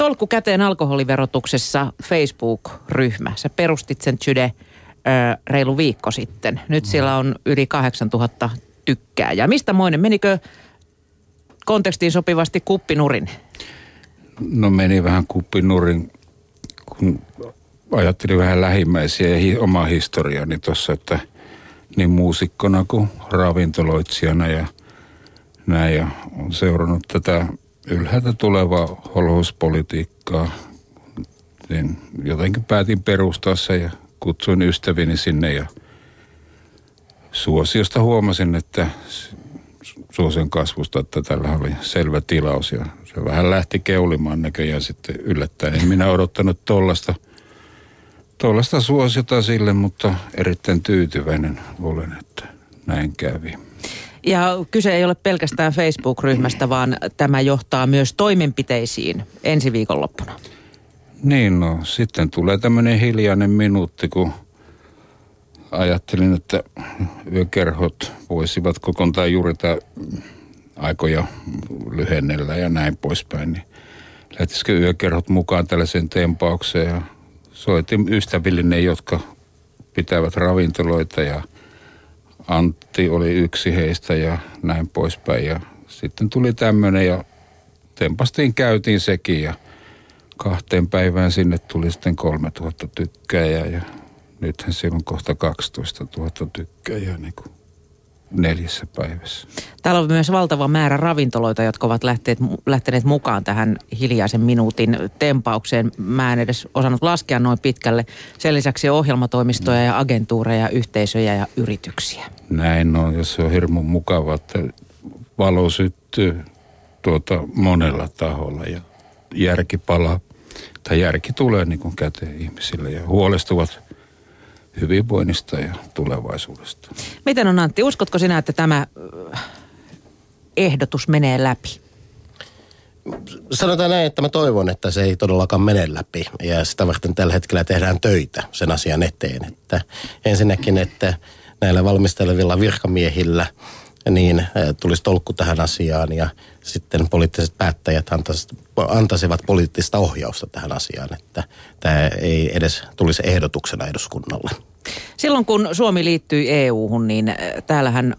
Tolkku käteen alkoholiverotuksessa Facebook-ryhmä. Sä perustit sen reilu viikko sitten. Nyt siellä on yli 8000 tykkääjää. Mistä moinen? Menikö kontekstiin sopivasti kuppinurin? No meni vähän kuppinurin, kun ajattelin vähän lähimmäisiä ja omaa historiaani tuossa, että niin muusikkona kuin ravintoloitsijana ja näin. Ja olen seurannut tätä ylhäältä tulevaa holhouspolitiikkaa. Niin jotenkin päätin perustaa sen ja kutsuin ystävini sinne ja suosiosta huomasin, että suosion kasvusta, että tällä oli selvä tilaus ja se vähän lähti keulimaan näköjään sitten yllättäen. En minä odottanut tollaista suosiota sille, mutta erittäin tyytyväinen olen, että näin kävi. Ja kyse ei ole pelkästään Facebook-ryhmästä, vaan tämä johtaa myös toimenpiteisiin ensi viikonloppuna. Niin, no sitten tulee tämmöinen hiljainen minuutti, kun ajattelin, että yökerhot voisivat kokoontaa juuri tämä aikoja lyhennellä ja näin poispäin. Niin lähtisikö yökerhot mukaan tällaiseen tempaukseen ja soitin ystävillinen, jotka pitävät ravintoloita ja Antti oli yksi heistä ja näin poispäin. Ja sitten tuli tämmöinen ja tempastiin käytiin sekin ja 2 päivään sinne tuli sitten 3000 tykkääjää ja nythän siellä on kohta 12 000 tykkääjää niin kuin 4 päivässä. Täällä on myös valtava määrä ravintoloita, jotka ovat lähteneet mukaan tähän hiljaisen minuutin tempaukseen. Mä en edes osannut laskea noin pitkälle. Sen lisäksi ohjelmatoimistoja ja agentuureja, yhteisöjä ja yrityksiä. Näin on, ja se on hirmu mukava, että valo syttyy monella taholla ja järki palaa. Tai järki tulee niin kuin käteen ihmisille ja huolestuvat hyvinvoinnista ja tulevaisuudesta. Miten on, Antti, uskotko sinä, että tämä ehdotus menee läpi? Sanotaan näin, että mä toivon, että se ei todellakaan mene läpi. Ja sitä varten tällä hetkellä tehdään töitä sen asian eteen. Että ensinnäkin, että näillä valmistelevilla virkamiehillä niin tulisi tolkku tähän asiaan ja sitten poliittiset päättäjät antaisivat poliittista ohjausta tähän asiaan, että tämä ei edes tulisi ehdotuksena eduskunnalle. Silloin kun Suomi liittyi EU-hun, niin täällähän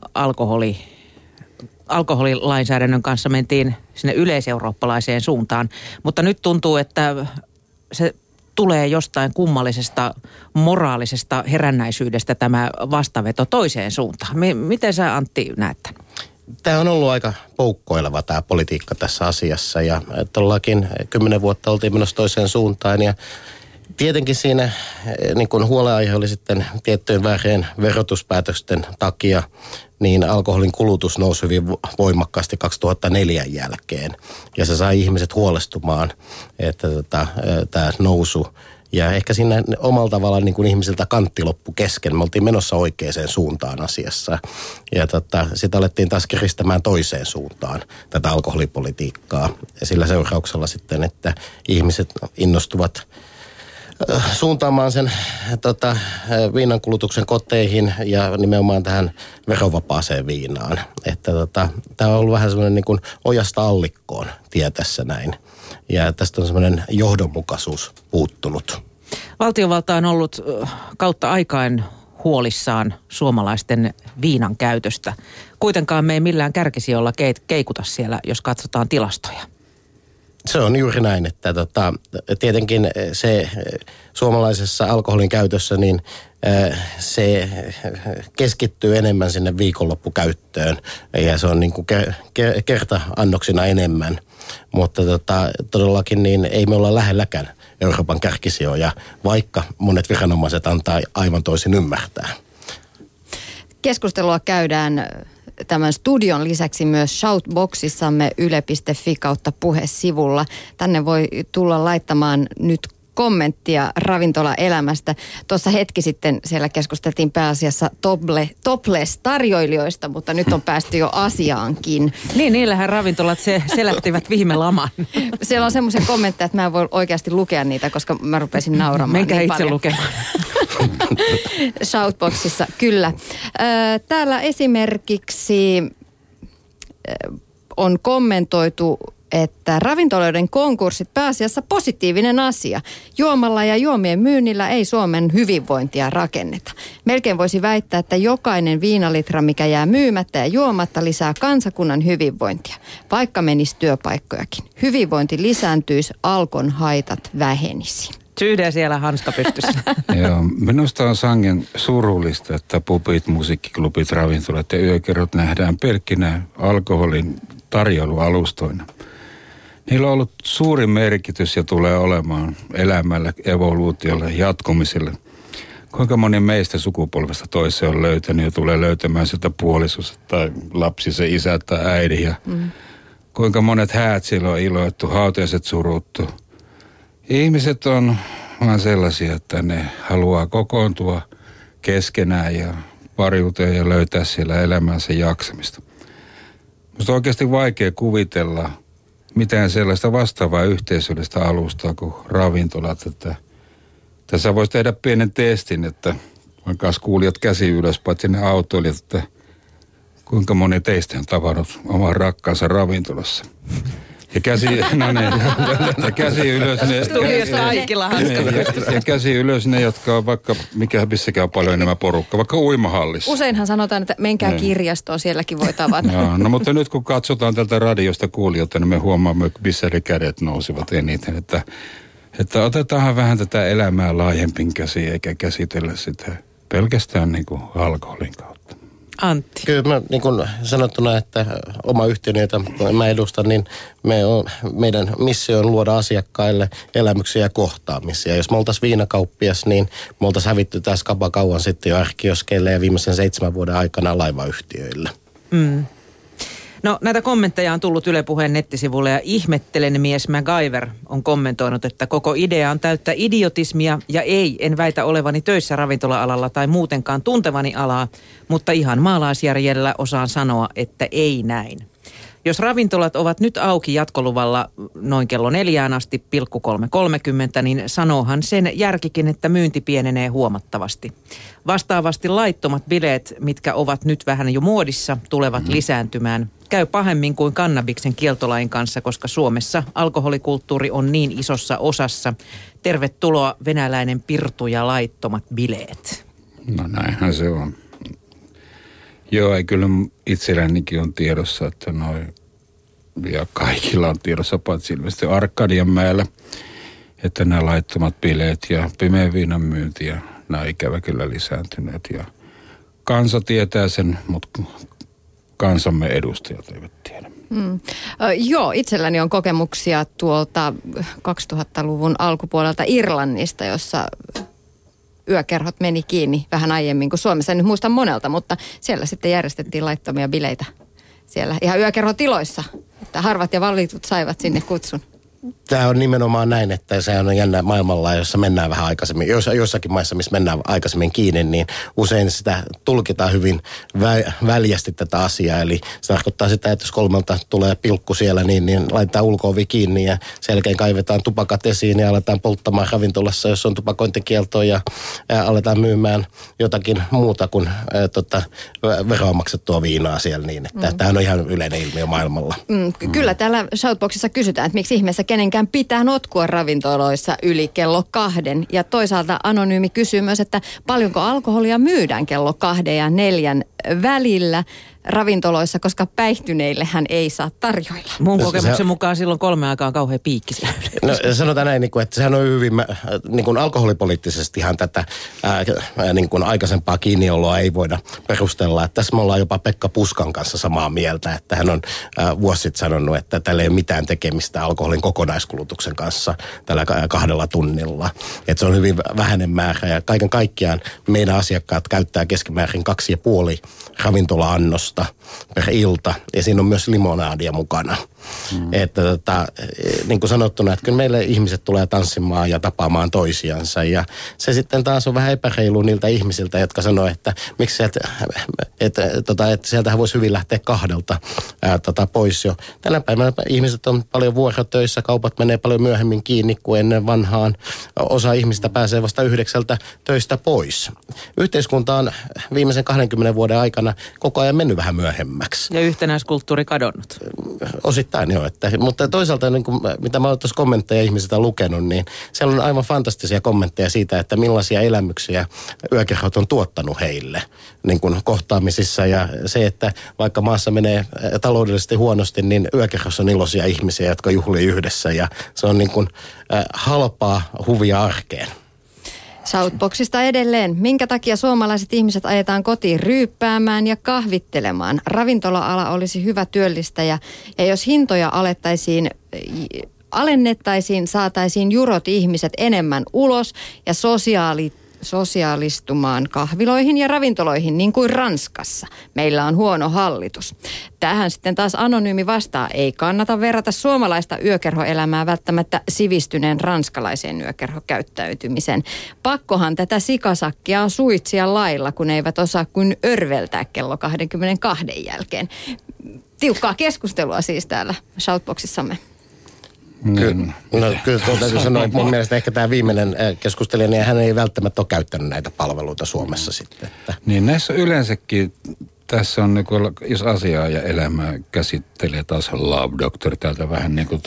alkoholilainsäädännön kanssa mentiin sinne yleiseurooppalaiseen suuntaan, mutta nyt tuntuu, että se tulee jostain kummallisesta moraalisesta herännäisyydestä tämä vastaveto toiseen suuntaan. Miten sä, Antti, näet tämän? Tämä on ollut aika poukkoileva tämä politiikka tässä asiassa ja todellakin 10 vuotta oltiin menossa toiseen suuntaan ja tietenkin siinä niin kun huolenaihe oli sitten tiettyjen väärien verotuspäätösten takia, niin alkoholin kulutus nousi hyvin voimakkaasti 2004 jälkeen. Ja se sai ihmiset huolestumaan, että tämä nousu. Ja ehkä siinä omalla tavallaan niin kuin ihmisiltä kantti loppu kesken. Me oltiin menossa oikeaan suuntaan asiassa. Ja sitä alettiin taas kiristämään toiseen suuntaan, tätä alkoholipolitiikkaa. Ja sillä seurauksella sitten, että ihmiset innostuvat suuntaamaan sen viinan kulutuksen koteihin ja nimenomaan tähän verovapaaseen viinaan. Että tämä on ollut vähän semmoinen niin kuin ojasta allikkoon tie tässä näin. Ja tästä on semmoinen johdonmukaisuus puuttunut. Valtiovalta on ollut kautta aikain huolissaan suomalaisten viinan käytöstä. Kuitenkaan me ei millään kärkisijolla keikuta siellä, jos katsotaan tilastoja. Se on juuri näin, että tietenkin se suomalaisessa alkoholin käytössä, niin se keskittyy enemmän sinne viikonloppukäyttöön ja se on niin kuin kerta-annoksina enemmän. Mutta todellakin niin ei me olla lähelläkään Euroopan kärkisijoja, vaikka monet viranomaiset antaa aivan toisin ymmärtää. Keskustelua käydään tämän studion lisäksi myös Shoutboxissamme yle.fi/puhesivulla. Tänne voi tulla laittamaan nyt kommenttia ravintolaelämästä. Tuossa hetki sitten siellä keskusteltiin pääasiassa topless-tarjoilijoista, mutta nyt on päästy jo asiaankin. Niin, niillähän ravintolat selättivät viime laman. Siellä on semmoisia kommentteja, että mä en voi oikeasti lukea niitä, koska mä rupesin nauramaan. Menkää niin itse paljon. lukemaan. Shoutboxissa, kyllä. Täällä esimerkiksi on kommentoitu, että ravintoloiden konkurssit pääasiassa positiivinen asia. Juomalla ja juomien myynnillä ei Suomen hyvinvointia rakenneta. Melkein voisi väittää, että jokainen viinalitra, mikä jää myymättä ja juomatta, lisää kansakunnan hyvinvointia. Vaikka menisi työpaikkojakin. Hyvinvointi lisääntyisi, Alkon haitat vähenisi. Syydä siellä hanska pystyssä. Joo, minusta on sangen surullista, että pubit, musiikkiklubit, ravintolat ja yökerrot nähdään pelkkinä alkoholin tarjoilualustoina. Niillä on ollut suuri merkitys ja tulee olemaan elämällä, evoluutiolle, jatkumiselle. Kuinka moni meistä sukupolvesta toiseen on löytänyt ja tulee löytämään sitä puolisosta tai lapsi, se isä tai äidin. Ja kuinka monet häät siellä on iloittu, hautaiset suruttu. Ihmiset on vaan sellaisia, että ne haluaa kokoontua keskenään ja pariutua ja löytää siellä elämänsä jaksamista. Musta on oikeasti vaikea kuvitella mitään sellaista vastaavaa yhteisöllistä alustaa kuin ravintolat, että tässä voisi tehdä pienen testin, että vaikka kuulijat käsi ylös, paitsi ne autoilijat, että kuinka moni teistä on tavannut oman rakkaansa ravintolassa. Ja käsi, no niin, ja käsi ylös ne, ja käsi ylös ne, jotka on vaikka, missäkään paljon enemmän porukka, vaikka uimahallissa. Useinhan sanotaan, että menkää kirjastoon, sielläkin voi tavata. Joo, no mutta nyt kun katsotaan tältä radiosta kuulijoita, niin me huomaamme, missä ne kädet nousivat eniten, että otetaanhan vähän tätä elämää laajempin käsiin, eikä käsitellä sitä pelkästään niin kuin alkoholin kautta. Antti. Kyllä mä niin kuin sanottuna, että oma yhtiöni, jota mä edustan, niin meidän missio on luoda asiakkaille elämyksiä ja kohtaamisia. Jos me oltaisiin viinakauppias, niin me oltaisiin hävitty tässä kapa kauan sitten jo R-kioskeille ja viimeisen 7 vuoden aikana laivayhtiöille. No näitä kommentteja on tullut Yle Puheen nettisivulle ja ihmettelen mies MacGyver on kommentoinut, että koko idea on täyttä idiotismia ja en väitä olevani töissä ravintola-alalla tai muutenkaan tuntevani alaa, mutta ihan maalaisjärjellä osaan sanoa, että ei näin. Jos ravintolat ovat nyt auki jatkoluvalla noin kello 4 asti, 3:30, niin sanoohan sen järkikin, että myynti pienenee huomattavasti. Vastaavasti laittomat bileet, mitkä ovat nyt vähän jo muodissa, tulevat lisääntymään. Käy pahemmin kuin kannabiksen kieltolain kanssa, koska Suomessa alkoholikulttuuri on niin isossa osassa. Tervetuloa venäläinen pirtu ja laittomat bileet. No näinhän se on. Joo, ei kyllä itsellänikin on tiedossa, että ja kaikilla on tiedossa, paitsi ilmeisesti Arkadianmäellä, että nämä laittomat bileet ja pimeän viinan myynti ja nämä ikävä kyllä lisääntyneet. Ja kansa tietää sen, mutta kansamme edustajat eivät tiedä. Joo, itselläni on kokemuksia tuolta 2000-luvun alkupuolelta Irlannista, jossa yökerhot meni kiinni vähän aiemmin kuin Suomessa. En nyt muista monelta, mutta siellä sitten järjestettiin laittomia bileitä siellä ihan yökerhotiloissa. Että harvat ja valitut saivat sinne kutsun. Tämä on nimenomaan näin, että se on jännä maailmalla, jossa mennään vähän aikaisemmin. Joissakin maissa, missä mennään aikaisemmin kiinni, niin usein sitä tulkitaan hyvin väljästi tätä asiaa. Eli se tarkoittaa sitä, että jos 3 tulee pilkku siellä, niin laitetaan ulko-ovi kiinni ja sen jälkeen kaivetaan tupakat esiin ja aletaan polttamaan ravintolassa, jos on tupakointikielto ja aletaan myymään jotakin muuta kuin veroa maksettua viinaa siellä niin. Että tämähän on ihan yleinen ilmiö maailmalla. Kyllä täällä Shoutboxissa kysytään, että miksi ihmeessä kenenkään pitää notkua ravintoloissa yli kello 2. Ja toisaalta anonyymi kysyy myös, että paljonko alkoholia myydään kello 2 ja 4 välillä ravintoloissa, koska päihtyneillehän ei saa tarjoilla. Mun kokemuksen mukaan silloin 3 aikaa on kauhean piikki siellä. No sanotaan näin, että sehän on hyvin, alkoholipoliittisestihan tätä aikaisempaa kiinnioloa ei voida perustella. Että tässä me ollaan jopa Pekka Puskan kanssa samaa mieltä, että hän on vuosi sitten sanonut, että tällä ei ole mitään tekemistä alkoholin kokonaiskulutuksen kanssa tällä 2 tunnilla. Että se on hyvin vähäinen määrä ja kaiken kaikkiaan meidän asiakkaat käyttää keskimäärin 2,5 ravintola-annosta per ilta, ja siinä on myös limonaadia mukana. Että niin kuin sanottuna, että kyllä meille ihmiset tulee tanssimaan ja tapaamaan toisiansa, ja se sitten taas on vähän epäreilu niiltä ihmisiltä, jotka sanoo, että miksi että sieltähän voisi hyvin lähteä 2 pois jo. Tänä päivänä ihmiset on paljon vuorotöissä, kaupat menee paljon myöhemmin kiinni kuin ennen vanhaan. Osa ihmistä pääsee vasta 9 töistä pois. Yhteiskunta on viimeisen 20 vuoden aikana koko ajan mennyt vähän myöhemmäksi. Ja yhtenäiskulttuuri kadonnut. Osittain Osittain joo, mutta toisaalta niin kuin, mitä mä oon tuossa kommentteja ihmisiltä lukenut, niin siellä on aivan fantastisia kommentteja siitä, että millaisia elämyksiä yökerhot on tuottanut heille niin kuin kohtaamisissa. Ja se, että vaikka maassa menee taloudellisesti huonosti, niin yökerhossa on iloisia ihmisiä, jotka juhlii yhdessä ja se on niin kuin halpaa huvia arkeen. Shoutboxista edelleen. Minkä takia suomalaiset ihmiset ajetaan kotiin ryyppäämään ja kahvittelemaan? Ravintola-ala olisi hyvä työllistäjä ja jos hintoja alennettaisiin, saataisiin jurot ihmiset enemmän ulos ja sosiaalistumaan kahviloihin ja ravintoloihin niin kuin Ranskassa. Meillä on huono hallitus. Tähän sitten taas anonyymi vastaa, ei kannata verrata suomalaista yökerhoelämää välttämättä sivistyneen ranskalaiseen yökerhokäyttäytymiseen. Pakkohan tätä sikasakkia on suitsia lailla, kun eivät osaa kuin örveltää kello 22 jälkeen. Tiukkaa keskustelua siis täällä Shoutboxissamme. Kyllä täytyy sanoa, että mun mielestä ehkä tämä viimeinen keskustelija, niin hän ei välttämättä ole käyttänyt näitä palveluita Suomessa sitten. Että. Niin näissä yleensäkin, tässä on niin kuin, jos asiaa ja elämää käsittelee taas Love Doctor täältä vähän niin kuin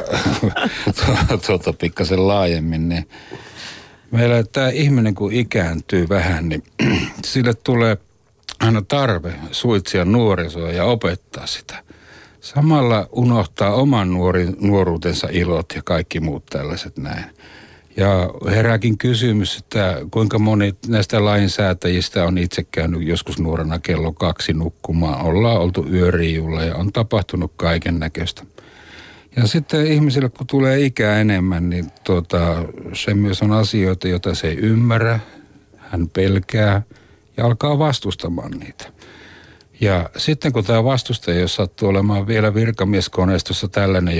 pikkasen laajemmin, niin meillä tämä ihminen kun ikääntyy vähän, niin sille tulee aina tarve suitsia nuorisoa ja opettaa sitä. Samalla unohtaa oman nuoruutensa ilot ja kaikki muut tällaiset näin. Ja herääkin kysymys, että kuinka moni näistä lainsäätäjistä on itse käynyt joskus nuorena kello 2 nukkumaan. Ollaan oltu yöriijulla ja on tapahtunut kaiken näköistä. Ja sitten ihmisille, kun tulee ikää enemmän, niin se myös on asioita, joita se ei ymmärrä. Hän pelkää ja alkaa vastustamaan niitä. Ja sitten kun tämä vastustaja, jos sattuu olemaan vielä virkamieskoneistossa tällainen,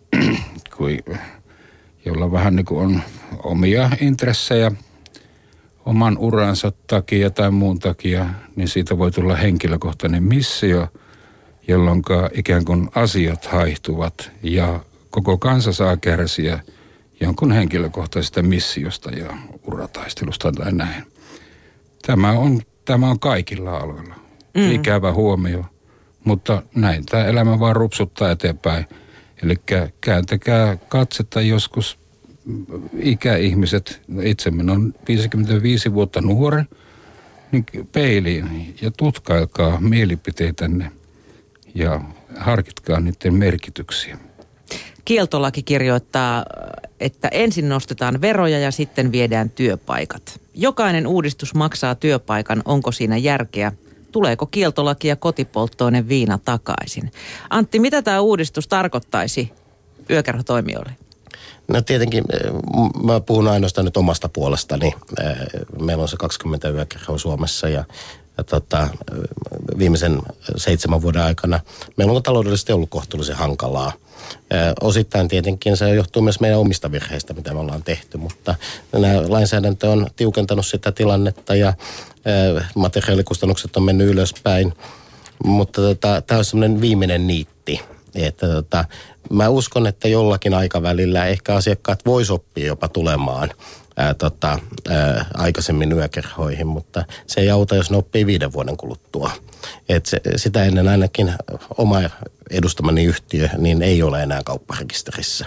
jolla vähän niin kuin on omia intressejä oman uransa takia tai muun takia, niin siitä voi tulla henkilökohtainen missio, jolloin ikään kuin asiat haihtuvat ja koko kansa saa kärsiä jonkun henkilökohtaisesta missiosta ja urataistelusta tai näin. Tämä on kaikilla aloilla. Ikävä huomio, mutta näin tämä elämä vaan rupsuttaa eteenpäin. Eli kääntäkää katsetta joskus ikäihmiset, itse minä olen 55 vuotta nuori, niin peiliin ja tutkailkaa mielipiteitänne ja harkitkaa niiden merkityksiä. Kieltolaki kirjoittaa, että ensin nostetaan veroja ja sitten viedään työpaikat. Jokainen uudistus maksaa työpaikan, onko siinä järkeä? Tuleeko kieltolaki ja kotipolttoinen viina takaisin? Antti, mitä tämä uudistus tarkoittaisi yökerhotoimijoille? No tietenkin, mä puhun ainoastaan nyt omasta puolestani. Meillä on se 20 yökerhoa Suomessa ja viimeisen 7 vuoden aikana meillä on taloudellisesti ollut kohtuullisen hankalaa. Osittain tietenkin se johtuu myös meidän omista virheistä, mitä me ollaan tehty, mutta lainsäädäntö on tiukentanut sitä tilannetta ja materiaalikustannukset on mennyt ylöspäin, mutta tämä on semmoinen viimeinen niitti. Että mä uskon, että jollakin aikavälillä ehkä asiakkaat vois oppia jopa tulemaan aikaisemmin yökerhoihin, mutta se ei auta, jos ne oppii 5 vuoden kuluttua. Sitä ennen ainakin oma edustamani yhtiö niin ei ole enää kaupparekisterissä.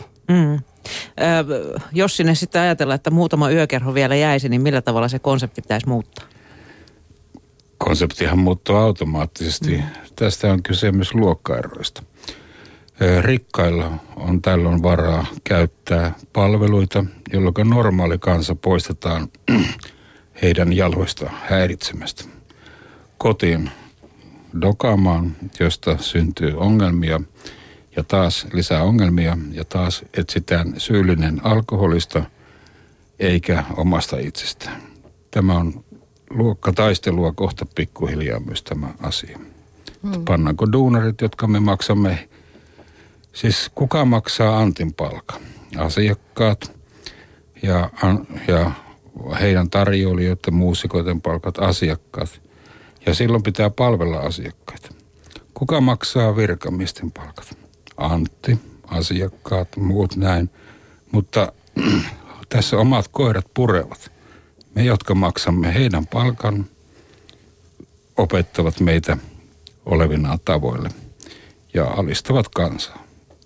Jos sinne sitten ajatellaan, että muutama yökerho vielä jäisi, niin millä tavalla se konsepti pitäisi muuttaa? Konseptihan muuttuu automaattisesti. Tästä on kyse myös luokkaeroista. Rikkailla on tällöin varaa käyttää palveluita, jolloin normaali kansa poistetaan heidän jaloista häiritsemästä. Kotiin dokaamaan, josta syntyy ongelmia ja taas lisää ongelmia ja taas etsitään syyllinen alkoholista eikä omasta itsestään. Tämä on luokkataistelua kohta pikkuhiljaa myös tämä asia. Pannaanko duunarit, jotka me maksamme, siis kuka maksaa Antin palkan? Asiakkaat ja heidän tarjoilijoiden, muusikoiden palkat, asiakkaat. Ja silloin pitää palvella asiakkaita. Kuka maksaa virkamiesten palkat? Antti, asiakkaat, muut näin. Mutta tässä omat koirat purevat. Me, jotka maksamme heidän palkan, opettavat meitä olevinaan tavoille ja alistavat kansaa.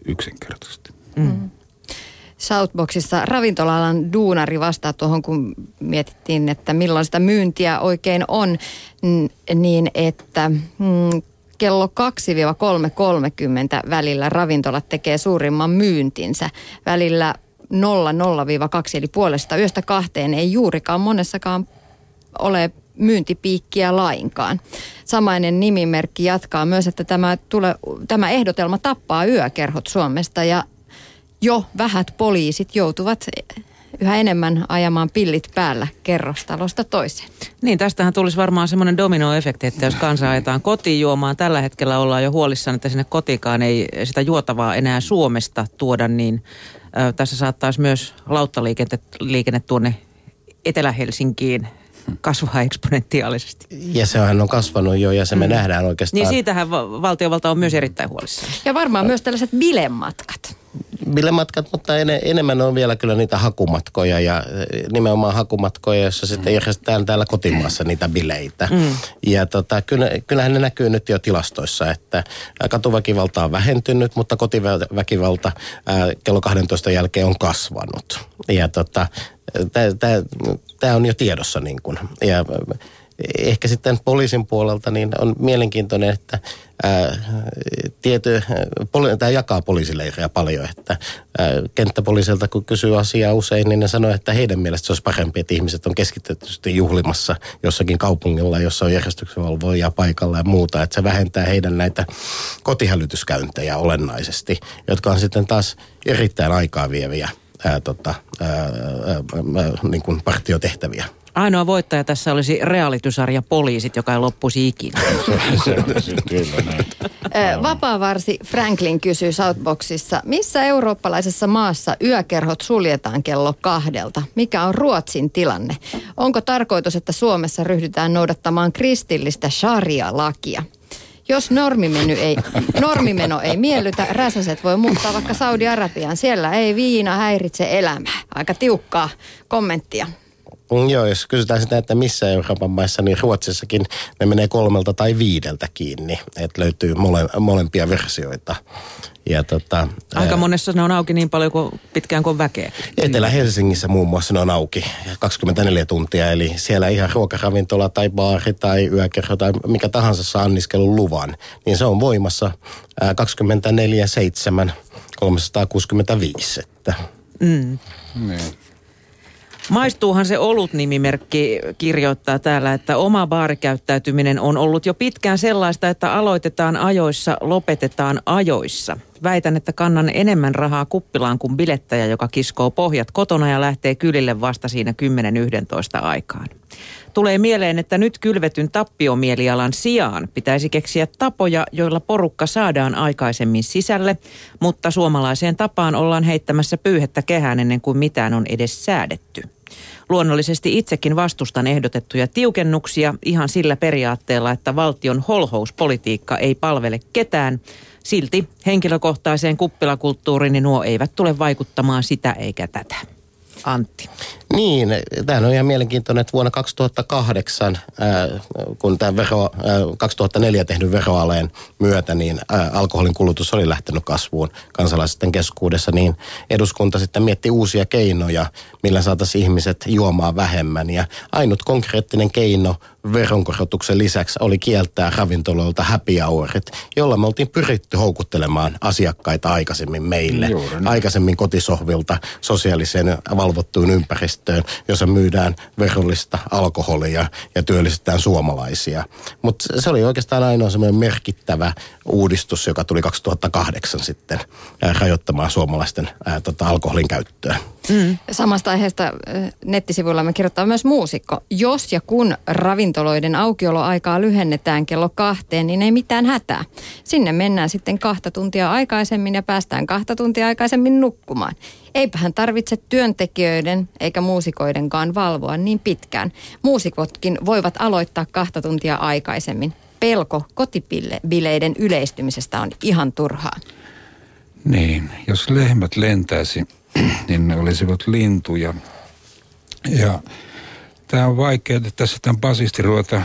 yksinkertaisesti. Shoutboxissa ravintola-alan duunari vastaa tuohon, kun mietittiin, että milloin sitä myyntiä oikein on, niin että kello 2-3.30 välillä ravintolat tekee suurimman myyntinsä. Välillä 00-2 eli puolesta yöstä 2 ei juurikaan monessakaan ole myyntipiikkiä lainkaan. Samainen nimimerkki jatkaa myös, että tämä ehdotelma tappaa yökerhot Suomesta ja jo vähät poliisit joutuvat yhä enemmän ajamaan pillit päällä kerrostalosta toiseen. Niin, tästähän tulisi varmaan semmoinen dominoefekti, että jos kansa ajetaan kotiin juomaan, tällä hetkellä ollaan jo huolissaan, että sinne kotikaan ei sitä juotavaa enää Suomesta tuoda, niin tässä saattaisi myös lauttaliikenne tuonne Etelä-Helsinkiin kasvaa eksponentiaalisesti. Ja sehän on kasvanut jo ja se me nähdään oikeastaan. Niin siitähän valtiovalta on myös erittäin huolissaan. Ja varmaan myös tällaiset bilematkat. Bilematkat, mutta enemmän on vielä kyllä niitä hakumatkoja ja nimenomaan hakumatkoja, joissa sitten järjestetään täällä kotimaassa niitä bileitä. Ja kyllähän ne näkyy nyt jo tilastoissa, että katuväkivalta on vähentynyt, mutta kotiväkivalta kello 12 jälkeen on kasvanut. Ja tämä on jo tiedossa niin kuin. Ja ehkä sitten poliisin puolelta niin on mielenkiintoinen, että tämä jakaa poliisileiriä paljon, että kenttäpoliisilta kun kysyy asiaa usein, niin ne sanoo, että heidän mielestä se olisi parempi, että ihmiset on keskitettysti juhlimassa jossakin kaupungilla, jossa on järjestyksenvalvojia paikalla ja muuta, että se vähentää heidän näitä kotihälytyskäyntejä olennaisesti, jotka on sitten taas erittäin aikaa vieviä niin kuin partiotehtäviä. Ainoa voittaja tässä olisi reality-sarja Poliisit, joka ei loppuisi ikinä. Vapaavarsi Franklin kysyy Southboxissa, missä eurooppalaisessa maassa yökerhot suljetaan kello 2? Mikä on Ruotsin tilanne? Onko tarkoitus, että Suomessa ryhdytään noudattamaan kristillistä sharia-lakia? Jos normimeno ei miellytä, räsäset voi muuttaa vaikka Saudi-Arabiaan. Siellä ei viina häiritse elämää. Aika tiukkaa kommenttia. Joo, jos kysytään sitä, että missä Euroopan maissa, niin Ruotsissakin ne menee 3 tai 5 kiinni. Että löytyy molempia versioita. Ja aika monessa ne on auki niin paljon pitkään kuin väkeä. Etelä-Helsingissä muun muassa ne on auki 24 tuntia. Eli siellä ihan ruokaravintola tai baari tai yökerho tai mikä tahansa saa anniskelun luvan. Niin se on voimassa 24/7, 365. Niin. Maistuuhan se olut-nimimerkki kirjoittaa täällä, että oma baarikäyttäytyminen on ollut jo pitkään sellaista, että aloitetaan ajoissa, lopetetaan ajoissa. Väitän, että kannan enemmän rahaa kuppilaan kuin bilettäjä, joka kiskoo pohjat kotona ja lähtee kylille vasta siinä 10-11 aikaan. Tulee mieleen, että nyt kylvetyn tappiomielialan sijaan pitäisi keksiä tapoja, joilla porukka saadaan aikaisemmin sisälle, mutta suomalaiseen tapaan ollaan heittämässä pyyhettä kehään ennen kuin mitään on edes säädetty. Luonnollisesti itsekin vastustan ehdotettuja tiukennuksia ihan sillä periaatteella, että valtion holhouspolitiikka ei palvele ketään. Silti henkilökohtaiseen kuppilakulttuuriin nuo eivät tule vaikuttamaan sitä eikä tätä. Antti. Niin, tämä on ihan mielenkiintoinen, että vuonna 2008, kun tämä 2004 tehdyn veroaleen myötä, niin alkoholin kulutus oli lähtenyt kasvuun kansalaisten keskuudessa, niin eduskunta sitten mietti uusia keinoja, millä saataisiin ihmiset juomaan vähemmän. Ja ainut konkreettinen keino veronkorotuksen lisäksi oli kieltää ravintoloilta happy hourit, jolla me oltiin pyritty houkuttelemaan asiakkaita aikaisemmin meille. Aikaisemmin kotisohvilta sosiaaliseen valvottuun ympäristöön, jossa myydään verollista alkoholia ja työllistetään suomalaisia. Mutta se oli oikeastaan ainoa semmoinen merkittävä uudistus, joka tuli 2008 sitten rajoittamaan suomalaisten alkoholin käyttöä. Samasta aiheesta nettisivuilla me kirjoittaa myös muusikko. Jos ja kun ravintoloiden aukioloaikaa lyhennetään kello 2, niin ei mitään hätää. Sinne mennään sitten 2 tuntia aikaisemmin ja päästään 2 tuntia aikaisemmin nukkumaan. Eipähän tarvitse työntekijöiden eikä muusikoidenkaan valvoa niin pitkään. Muusikotkin voivat aloittaa 2 tuntia aikaisemmin. Pelko kotibileiden yleistymisestä on ihan turhaa. Niin, jos lehmät lentäisi, niin ne olisivat lintuja. Ja tämä on vaikea, että tässä tämän basisti ruveta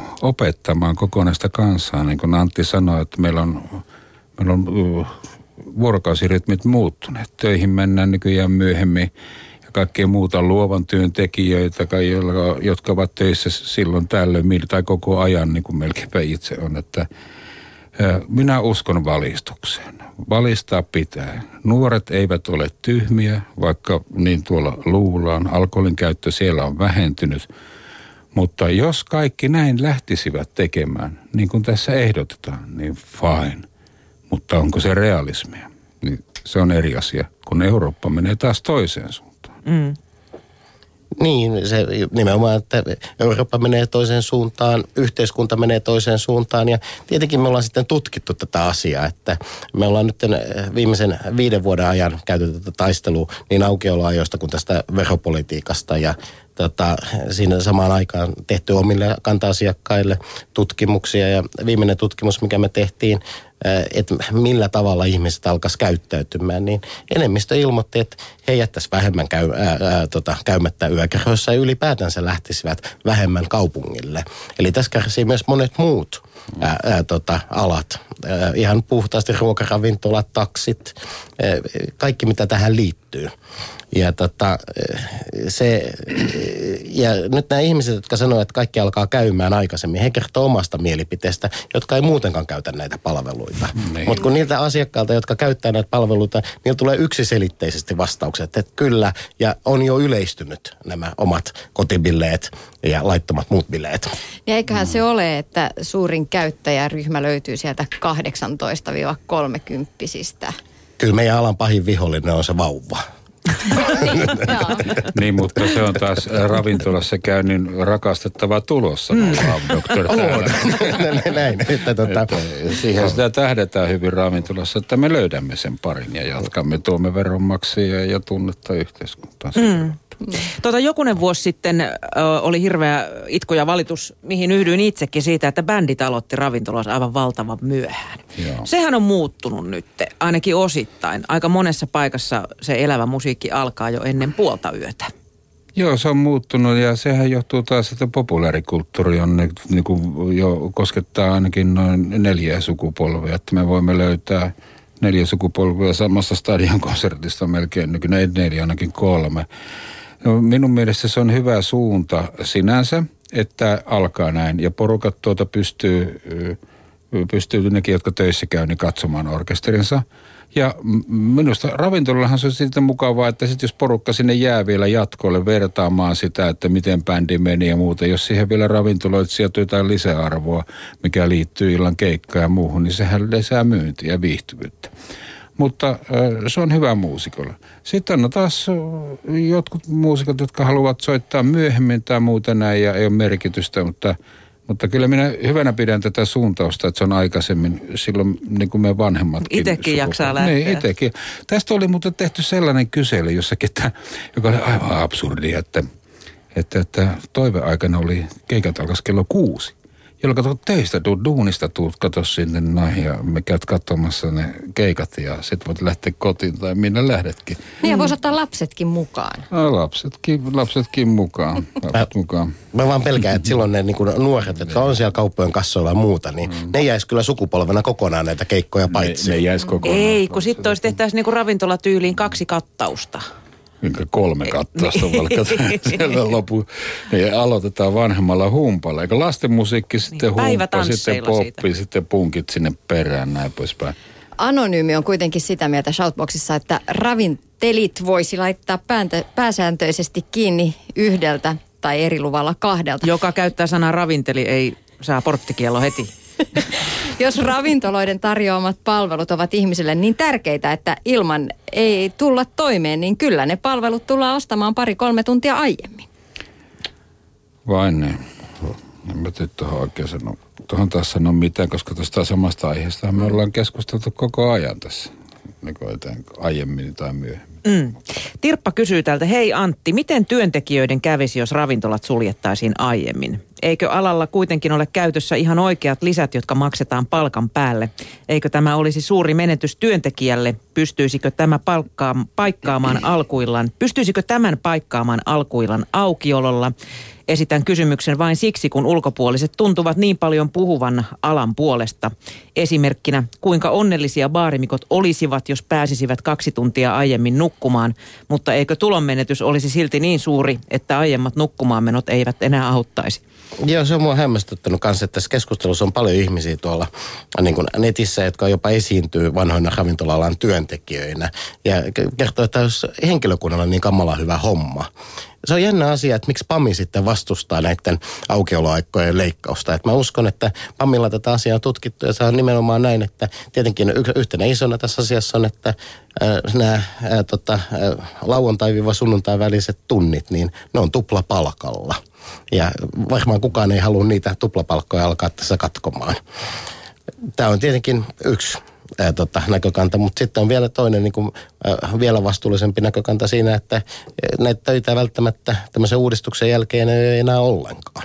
opettamaan kokonaista kansaa. Niin kuin Antti sanoi, että meillä on vuorokausirytmit muuttuneet. Töihin mennään nykyään myöhemmin ja kaikkea muuta luovan työn tekijöitä, jotka ovat töissä silloin tällöin tai koko ajan, niin kuin melkeinpä itse on, että minä uskon valistukseen. Valistaa pitää. Nuoret eivät ole tyhmiä, vaikka niin tuolla luullaan. Alkoholin käyttö siellä on vähentynyt. Mutta jos kaikki näin lähtisivät tekemään, niin kuin tässä ehdotetaan, niin fine. Mutta onko se realismia? Niin se on eri asia, kun Eurooppa menee taas toiseen suuntaan. Mm. Niin, se nimenomaan, että Eurooppa menee toiseen suuntaan, yhteiskunta menee toiseen suuntaan ja tietenkin me ollaan sitten tutkittu tätä asiaa, että me ollaan nyt viimeisen 5 vuoden ajan käyty tätä taistelua niin aukioloajoista kuin tästä veropolitiikasta ja siinä samaan aikaan tehty omille kanta-asiakkaille tutkimuksia ja viimeinen tutkimus, mikä me tehtiin, että millä tavalla ihmiset alkaisi käyttäytymään, niin enemmistö ilmoitti, että he jättäisivät vähemmän käymättä yökerhoissa ja ylipäätänsä lähtisivät vähemmän kaupungille. Eli tässä kärsii myös monet muut alat. Ihan puhtaasti ruokaravintolat, taksit, kaikki mitä tähän liittyy. Ja ja nyt nämä ihmiset, jotka sanoo, että kaikki alkaa käymään aikaisemmin, he kertoo omasta mielipiteestä, jotka ei muutenkaan käytä näitä palveluita. Mutta kun niiltä asiakkailta, jotka käyttää näitä palveluita, niillä tulee yksiselitteisesti vastaukset, että kyllä, ja on jo yleistynyt nämä omat kotibileet ja laittomat muut bileet. Ja eiköhän se ole, että suurin käyttäjäryhmä löytyy sieltä 18-30-vuotiaista. Kyllä meidän alan pahin vihollinen on se vauva. Niin, mutta se on taas ravintolassa käynnin rakastettava tulossa. Näin. Siihen sitä tähdetään hyvin ravintolassa, että me löydämme sen parin ja jatkamme, tuomme veronmaksajia ja tunnetta yhteiskuntaan. Jokunen vuosi sitten oli hirveä itku ja valitus, mihin yhdyin itsekin siitä, että bändit aloitti ravintolassa aivan valtavan myöhään. Joo. Sehän on muuttunut nyt, ainakin osittain. Aika monessa paikassa se elävä musiikki alkaa jo ennen 0:30. Joo, se on muuttunut ja sehän johtuu taas, että populaarikulttuuri on niin kuin jo koskettaa ainakin noin 4 sukupolvia, että me voimme löytää 4 sukupolvia samasta stadionkonsertista melkein, nykyään 4, ainakin 3. No, minun mielestä se on hyvä suunta sinänsä, että alkaa näin ja porukat pystyy nekin, jotka töissä käy, niin katsomaan orkesterinsa. Ja minusta ravintolallahan se on sitten mukavaa, että sitten jos porukka sinne jää vielä jatkolle vertaamaan sitä, että miten bändi meni ja muuta, jos siihen vielä ravintoloit sieltä jotain lisäarvoa, mikä liittyy illan keikkaan ja muuhun, niin sehän lisää myyntiä ja viihtyvyyttä. Mutta se on hyvä muusikolla. Sitten on taas jotkut muusikot, jotka haluavat soittaa myöhemmin tai muuta näin ja ei ole merkitystä, mutta kyllä minä hyvänä pidän tätä suuntausta, että se on aikaisemmin silloin niin kuin me vanhemmatkin. Itsekin jaksaa lähteä. Niin, itsekin. Tästä oli muuten tehty sellainen kysely jossakin, joka oli aivan absurdi, että toiveaikana oli keikat alkaisi kello 6. Jolloin katsot töistä, duunista tuut, katso sinne noihin ja me käyt katsomassa ne keikat ja sit voit lähteä kotiin tai minne lähdetkin. Niin ja voisi ottaa lapsetkin mukaan. No, lapsetkin mukaan. Mä vaan pelkään, että silloin ne niin kuin nuoret, jotka on siellä kauppojen kassoilla ja muuta, niin ne jäisi kyllä sukupolvena kokonaan näitä keikkoja paitsi. Ne jäisi kokonaan. Ei, kun sitten olisi tehtäisiin niin kuin ravintolatyyliin 2 kattausta. 3 kattausta vaikka siellä lopu. Ja aloitetaan vanhemmalla humpalla. Eikä lasten musiikki sitten humppa, sitten poppi, sitten punkit sinne perään, näin poispäin. Anonyymi on kuitenkin sitä mieltä Shoutboxissa, että ravintelit voisi laittaa pääsääntöisesti kiinni 1 tai eri luvalla 2. Joka käyttää sanaa ravinteli, ei saa porttikiello heti. Jos ravintoloiden tarjoamat palvelut ovat ihmisille niin tärkeitä, että ilman ei tulla toimeen, niin kyllä ne palvelut tullaan ostamaan 2-3 tuntia aiemmin. Vain niin. En mä tiedä tuohon oikein sanoa. Tuohon taas sanoa mitään, koska tuosta samasta aiheesta me ollaan keskusteltu koko ajan tässä. Niin aiemmin tai myöhemmin. Tirppa kysyy täältä, hei Antti, miten työntekijöiden kävisi, jos ravintolat suljettaisiin aiemmin? Eikö alalla kuitenkin ole käytössä ihan oikeat lisät, jotka maksetaan palkan päälle? Eikö tämä olisi suuri menetys työntekijälle? Pystyisikö tämän paikkaamaan alkuillan aukiololla? Esitän kysymyksen vain siksi, kun ulkopuoliset tuntuvat niin paljon puhuvan alan puolesta. Esimerkkinä, kuinka onnellisia baarimikot olisivat, jos pääsisivät 2 tuntia aiemmin nukkumaan, mutta eikö tulonmenetys olisi silti niin suuri, että aiemmat nukkumaanmenot eivät enää auttaisi? Joo, se on mua hämmästyttänyt kanssa, että tässä keskustelussa on paljon ihmisiä tuolla niin kuin netissä, jotka jopa esiintyy vanhoina ravintola-alan työntekijöinä. Ja kertoo, että jos henkilökunnalla on niin kamala hyvä homma. Se on jännä asia, että miksi PAMI sitten vastustaa näiden aukioloaikojen leikkausta. Että mä uskon, että PAMilla tätä asiaa on tutkittu ja se on nimenomaan näin, että tietenkin yhtenä isona tässä asiassa on, että nämä lauantai-sunnuntai väliset tunnit, niin ne on tuplapalkalla. Ja varmaan kukaan ei halua niitä tuplapalkkoja alkaa tässä katkomaan. Tämä on tietenkin yksi näkökanta, mutta sitten on vielä toinen niin kuin, vielä vastuullisempi näkökanta siinä, että näitä töitä välttämättä tämmöisen uudistuksen jälkeen ei enää ollenkaan.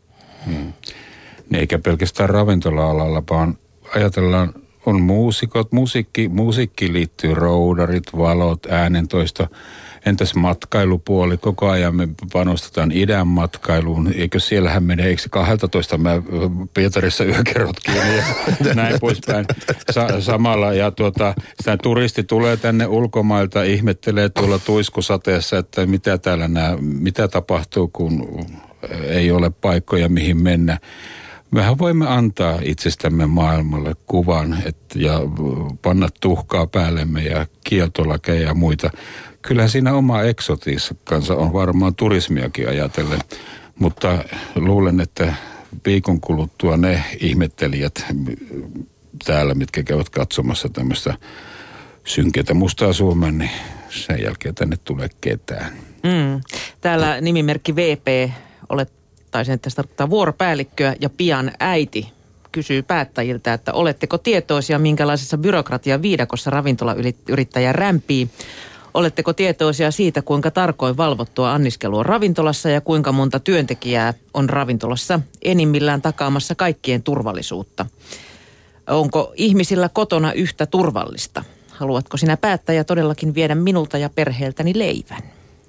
Eikä pelkästään ravintola-alalla, vaan ajatellaan, on muusikot, musiikki liittyy roudarit, valot, äänentoisto. Entäs matkailupuoli? Koko ajan me panostetaan idän matkailuun. Eikö siellähän menee, eikö 12 Pietarissa yökerrot kiinni ja näin poispäin samalla. Ja sitä turisti tulee tänne ulkomailta, ihmettelee tuolla tuiskusateessa, että mitä tapahtuu, kun ei ole paikkoja mihin mennä. Mehän voimme antaa itsestämme maailmalle kuvan ja panna tuhkaa päällemme ja kieltolakeja ja muita. Kyllä siinä oma eksotiikkansa on varmaan turismiakin ajatellen, mutta luulen, että viikon kuluttua ne ihmettelijät täällä, mitkä käyvät katsomassa tämmöistä synkeätä mustaa Suomea, niin sen jälkeen tänne tulee ketään. Täällä nimimerkki VP, olettaisin, että se tarkoittaa vuoropäällikköä ja pian äiti, kysyy päättäjiltä, että oletteko tietoisia, minkälaisessa byrokratian viidakossa ravintolayrittäjä rämpii? Oletteko tietoisia siitä, kuinka tarkoin valvottua anniskelu on ravintolassa ja kuinka monta työntekijää on ravintolassa enimmillään takaamassa kaikkien turvallisuutta? Onko ihmisillä kotona yhtä turvallista? Haluatko sinä päättäjä todellakin viedä minulta ja perheeltäni leivän?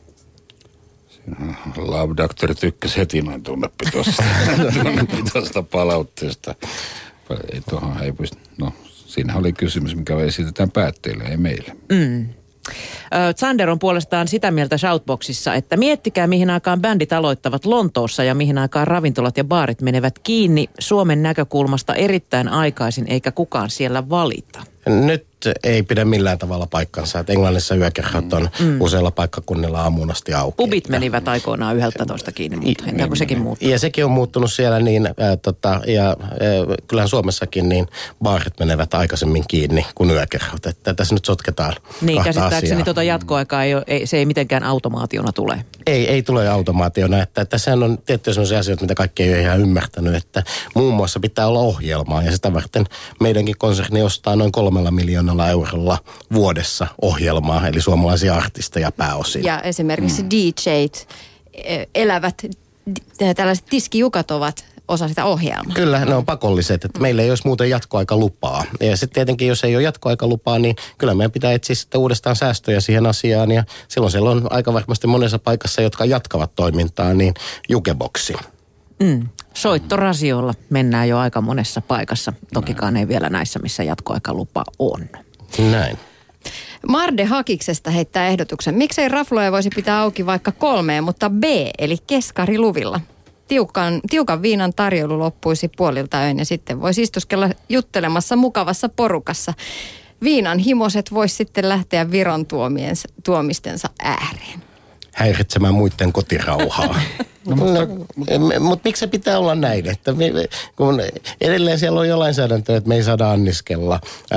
Love Doctor tykkäsi heti noin tunnepitoista palautteesta. Ei tuohon, ei pysty. No, siinä oli kysymys, mikä esitetään päättäjille, ei meille. Zander on puolestaan sitä mieltä Shoutboxissa, että miettikää mihin aikaan bändit aloittavat Lontoossa ja mihin aikaan ravintolat ja baarit menevät kiinni Suomen näkökulmasta erittäin aikaisin eikä kukaan siellä valita. Nyt ei pidä millään tavalla paikkansa, että Englannissa yökerhot on useilla paikkakunnilla aamuun asti auki. Pubit menivät aikoinaan 11 kiinni, mutta entäkö sekin muuttuu? Ja sekin on muuttunut siellä niin, kyllähän Suomessakin niin baarit menevät aikaisemmin kiinni kuin yökerhot, että tässä nyt sotketaan niin, käsittääkseni jatkoaikaa se ei mitenkään automaationa tule. Ei tule automaationa, että tässähän on tiettyjä sellaisia asioita, mitä kaikki ei ole ihan ymmärtänyt, että muun muassa pitää olla ohjelmaa ja sitä varten meidänkin konserni ostaa noin 3 miljoonalla eurolla vuodessa ohjelmaa, eli suomalaisia artisteja pääosin. Ja esimerkiksi DJt, elävät, tällaiset tiskijukat ovat osa sitä ohjelmaa. Kyllä, ne on pakolliset, että meillä ei olisi muuten jatkoaikalupaa. Ja sitten tietenkin, jos ei ole jatkoaikalupaa, niin kyllä meidän pitää etsiä sitten uudestaan säästöjä siihen asiaan. Ja silloin siellä on aika varmasti monessa paikassa, jotka jatkavat toimintaa, niin jukeboksi. Soittorasiolla mennään jo aika monessa paikassa. Tokikaan ei vielä näissä, missä jatkoaikalupa on. Näin. Marde Hakiksesta heittää ehdotuksen. Miksei rafloja voisi pitää auki vaikka 3, mutta B, eli keskariluvilla? Tiukan viinan tarjoulu loppuisi puolilta öin ja sitten voisi istuskella juttelemassa mukavassa porukassa. Viinan himoset voisi sitten lähteä Viron tuomistensa ääreen. Häiritsemään muiden kotirauhaa. Mutta miksi se pitää olla näin? Että kun edelleen siellä on jo lainsäädäntöä, että me ei saada anniskella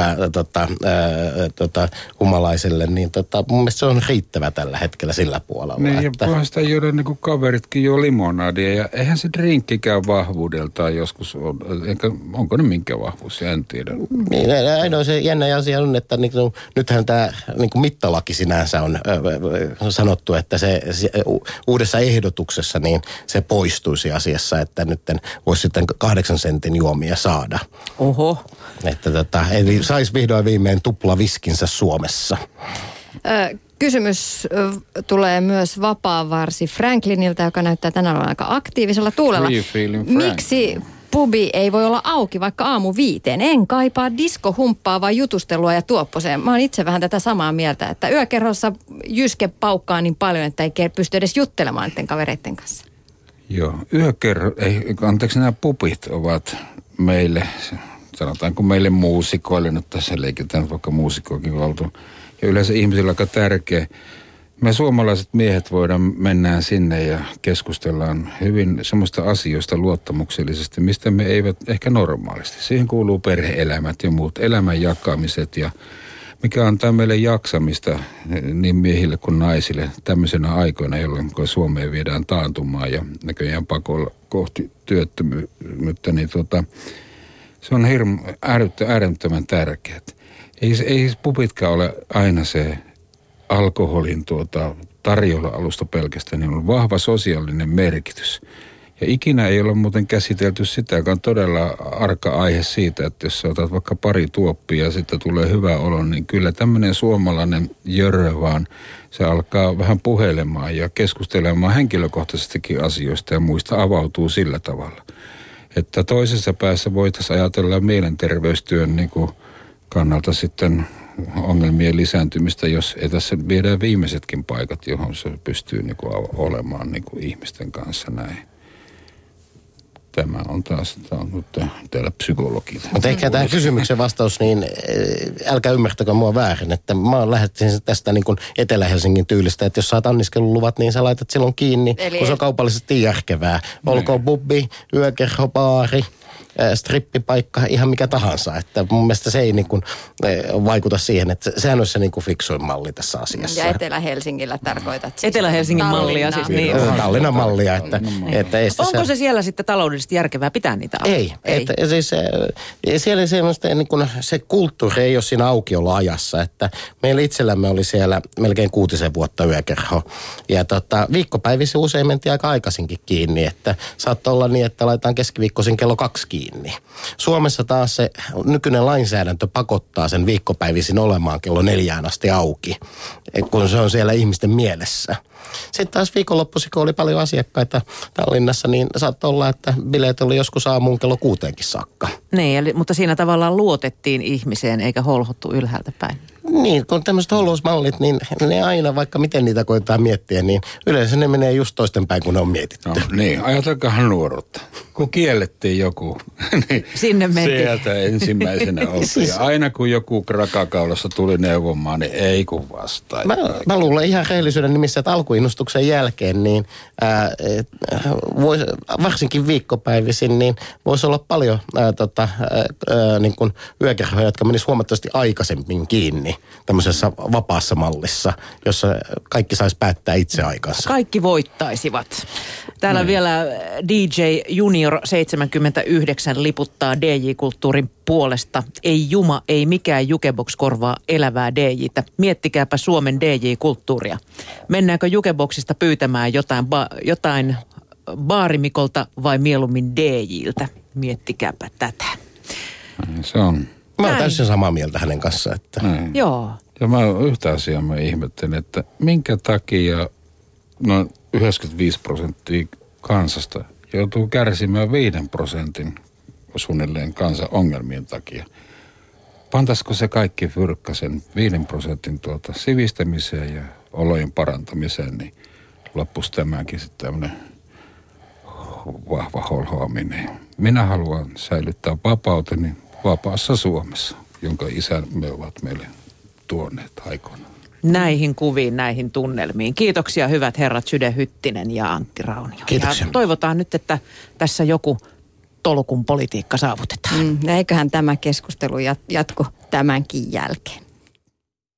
humalaiselle, niin mun mielestä se on riittävä tällä hetkellä sillä puolella. Niin, ja voihan sitä juoda niin kuin kaveritkin juo limonadia, ja eihän se drinkkikään vahvuudeltaan joskus on. Onko ne minkä vahvuus, en tiedä. Niin, ainoa se jännä asia on, että nythän tämä mittalaki sinänsä on sanottu, että se uudessa ehdotuksessa niin se poistuisi asiassa, että nyt voisi sitten 8 sentin juomia saada. Oho. Että eli saisi vihdoin viimein tuplaviskinsä Suomessa. Kysymys tulee myös vapaavarsi Franklinilta, joka näyttää tänään olevan aika aktiivisella tuulella. Miksi pubi ei voi olla auki vaikka aamu 5. En kaipaa diskohumppaa, vaan jutustelua ja tuopposeen. Mä oon itse vähän tätä samaa mieltä, että yökerhossa jyske paukkaa niin paljon, että ei pysty edes juttelemaan niiden kavereiden kanssa. Joo, nämä pubit ovat meille, sanotaanko meille muusikoille, nyt tässä leikitään vaikka muusikkoakin oltu, ja yleensä ihmisillä aika tärkeä. Me suomalaiset miehet mennään sinne ja keskustellaan hyvin semmoista asioista luottamuksellisesti, mistä me eivät ehkä normaalisti. Siihen kuuluu perhe-elämät ja muut elämän jakamiset ja mikä antaa meille jaksamista niin miehille kuin naisille tämmöisenä aikoina, jolloin Suomeen viedään taantumaan ja näköjään pakolla kohti työttömyyttä, niin se on äärettömän tärkeää. Ei pubitkaan ole aina se alkoholin tarjolla-alusta pelkästään, niin on vahva sosiaalinen merkitys. Ja ikinä ei ole muuten käsitelty sitä, joka on todella arka aihe siitä, että jos sä otat vaikka pari tuoppia ja sitten tulee hyvä olo, niin kyllä tämmöinen suomalainen jörö vaan, se alkaa vähän puhelemaan ja keskustelemaan henkilökohtaisestikin asioista ja muista avautuu sillä tavalla. Että toisessa päässä voitaisiin ajatella mielenterveystyön niin kuin kannalta sitten ongelmien lisääntymistä, jos ei tässä viedään viimeisetkin paikat, johon se pystyy niin kuin olemaan niin kuin ihmisten kanssa näin. Tämä on nyt täällä psykologilla. Mutta ehkä tähän kysymyksen vastaus, niin älkää ymmärtäkö mua väärin, että mä lähdettiin tästä niin kuin Etelä-Helsingin tyylistä, että jos saat anniskeluluvat, niin sä laitat silloin kiinni, kun se on kaupallisesti järkevää. Olkoon pubbi, yökerho, baari, strippipaikka, ihan mikä tahansa. Että mun mielestä se ei niin kuin vaikuta siihen, että sehän olisi se niin kuin fiksuin malli tässä asiassa. Ja Etelä-Helsingillä tarkoitat siis Etelä-Helsingin mallia siis. Niin. Tallinnan mallia. Että onko se siellä sitten taloudellisesti järkevää pitää niitä auki? Ei. Siis, siellä semmoista, niin kuin, se kulttuuri ei ole siinä aukioloajassa. Että meillä itsellämme oli siellä melkein 6 vuotta yökerho. Ja viikkopäivissä usein mentiin aika aikaisinkin kiinni. Että saattoi olla niin, että laitetaan keskiviikkoisin kello 2 kiinni. Suomessa taas se nykyinen lainsäädäntö pakottaa sen viikkopäivisin olemaan kello 4 asti auki, kun se on siellä ihmisten mielessä. Sitten taas viikonloppuisin, kun oli paljon asiakkaita Tallinnassa, niin saattoi olla, että bileet oli joskus aamuun kello 6 saakka. Niin, mutta siinä tavallaan luotettiin ihmiseen eikä holhottu ylhäältä päin. Niin, kun tämmöiset holhousmallit, niin ne aina, vaikka miten niitä koetaan miettiä, niin yleensä ne menee just toisten päin, kun ne on mietitty. No niin, ajatelkaahan nuoruutta. Kun kiellettiin joku, niin sinne mentiin. Sieltä ensimmäisenä oltiin. Ja aina kun joku krakakaulassa tuli neuvomaan, niin ei kun vastaan. Mä luulen ihan rehellisyyden nimissä, että alkuinnostuksen jälkeen, niin varsinkin viikkopäivisin, niin voisi olla paljon niin kuin yökerhoja, jotka menis huomattavasti aikaisemmin kiinni tämmöisessä vapaassa mallissa, jossa kaikki saisi päättää itse aikansa. Kaikki voittaisivat. Täällä vielä DJ Junior 79 liputtaa DJ-kulttuurin puolesta. Ei juma, ei mikään Jukebox korvaa elävää DJ:tä. Miettikääpä Suomen DJ-kulttuuria. Mennäänkö Jukeboxista pyytämään jotain baarimikolta vai mieluummin DJ:ltä? Miettikääpä tätä. Se on. Mä oon täysin samaa mieltä hänen kanssaan. Että. Joo. Ja yhtä asiaa mä ihmettelen, että minkä takia noin 95% kansasta joutuu kärsimään 5% suunnilleen kansan ongelmien takia. Pantaisiko se kaikki fyrkkä sen 5% sivistämiseen ja olojen parantamiseen, niin loppuisi tämäkin sitten tämmöinen vahva holhoaminen. Minä haluan säilyttää vapauteni vapaassa Suomessa, jonka isämme ovat meille tuoneet aikoinaan. Näihin kuviin, näihin tunnelmiin. Kiitoksia hyvät herrat Syde Hyttinen ja Antti Raunio. Kiitoksia. Ja toivotaan nyt, että tässä joku tolkun politiikka saavutetaan. Eiköhän tämä keskustelu jatku tämänkin jälkeen.